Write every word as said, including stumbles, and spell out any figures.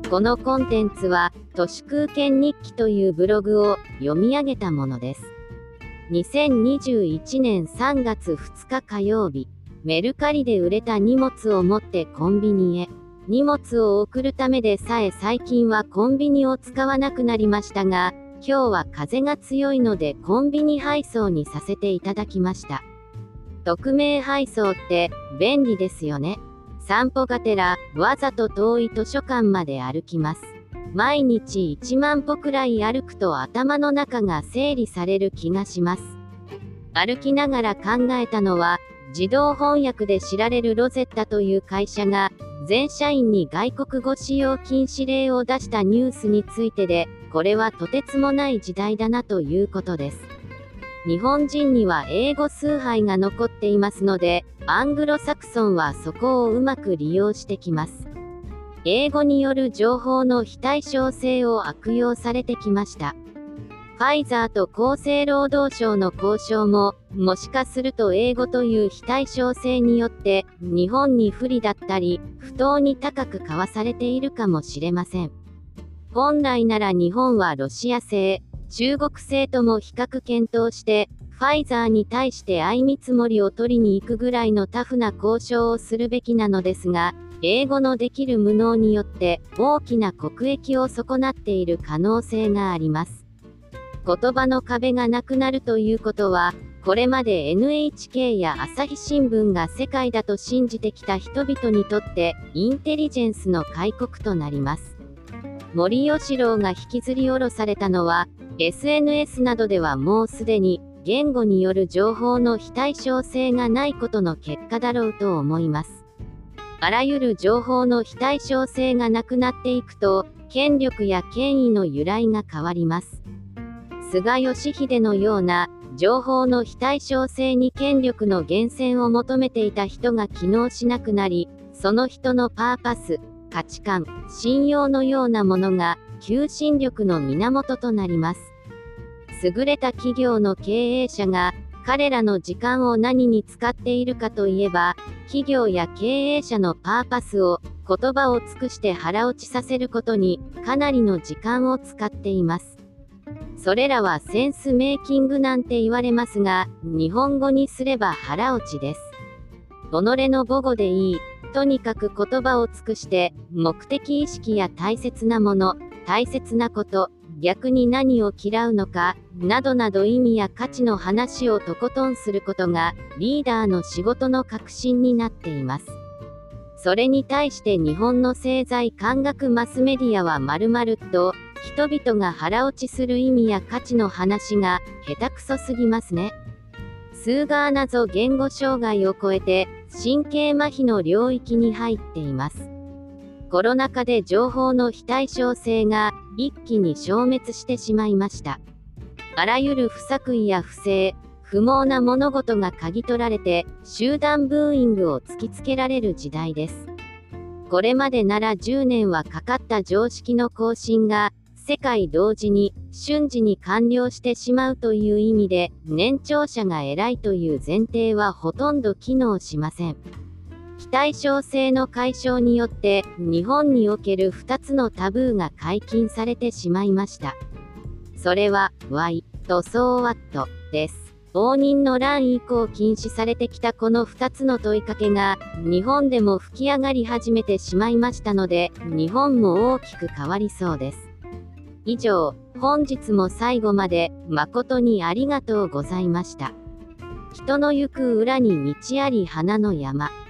このコンテンツは、都市空間日記というブログを読み上げたものです。にせんにじゅういちねんさんがつふつか火曜日、メルカリで売れた荷物を持ってコンビニへ。荷物を送るためでさえ最近はコンビニを使わなくなりましたが、今日は風が強いのでコンビニ配送にさせていただきました。匿名配送って便利ですよね。散歩がてらわざと遠い図書館まで歩きます。毎日いちまんぽくらい歩くと頭の中が整理される気がします。歩きながら考えたのは、自動翻訳で知られるロゼッタという会社が全社員に外国語使用禁止令を出したニュースについてで、これはとてつもない時代だなということです。日本人には英語崇拝が残っていますので、アングロサクソンはそこをうまく利用してきます。英語による情報の非対称性を悪用されてきました。ファイザーと厚生労働省の交渉も、もしかすると英語という非対称性によって、日本に不利だったり、不当に高く買わされているかもしれません。本来なら日本はロシア製、中国製とも比較検討して、ファイザーに対して相見積もりを取りに行くぐらいのタフな交渉をするべきなのですが、英語のできる無能によって大きな国益を損なっている可能性があります。言葉の壁がなくなるということは、これまで エヌエイチケー や朝日新聞が世界だと信じてきた人々にとってインテリジェンスの開国となります。森喜朗が引きずり下ろされたのは、エスエヌエス などではもうすでに言語による情報の非対称性がないことの結果だろうと思います。あらゆる情報の非対称性がなくなっていくと、権力や権威の由来が変わります。菅義偉のような情報の非対称性に権力の源泉を求めていた人が機能しなくなり、その人のパーパス、価値観、信用のようなものが求心力の源となります。優れた企業の経営者が彼らの時間を何に使っているかといえば、企業や経営者のパーパスを言葉を尽くして腹落ちさせることにかなりの時間を使っています。それらはセンスメイキングなんて言われますが、日本語にすれば腹落ちです。己の母語でいい。とにかく言葉を尽くして、目的意識や大切なもの、大切なこと、逆に何を嫌うのか、などなど意味や価値の話をとことんすることが、リーダーの仕事の核心になっています。それに対して日本の政財官学マスメディアはまるまるっと、人々が腹落ちする意味や価値の話が、下手くそすぎますね。数が謎言語障害を超えて、神経麻痺の領域に入っています。コロナ禍で情報の非対称性が一気に消滅してしまいました。あらゆる不作為や不正、不毛な物事が嗅ぎ取られて、集団ブーイングを突きつけられる時代です。これまでならじゅうねんはかかった常識の更新が、世界同時に瞬時に完了してしまうという意味で、年長者が偉いという前提はほとんど機能しません。非対称性の解消によって、日本におけるふたつのタブーが解禁されてしまいました。それは、Why と So What です。応仁の乱以降禁止されてきたこのふたつの問いかけが、日本でも吹き上がり始めてしまいましたので、日本も大きく変わりそうです。以上、本日も最後まで誠にありがとうございました。人の行く裏に道あり花の山。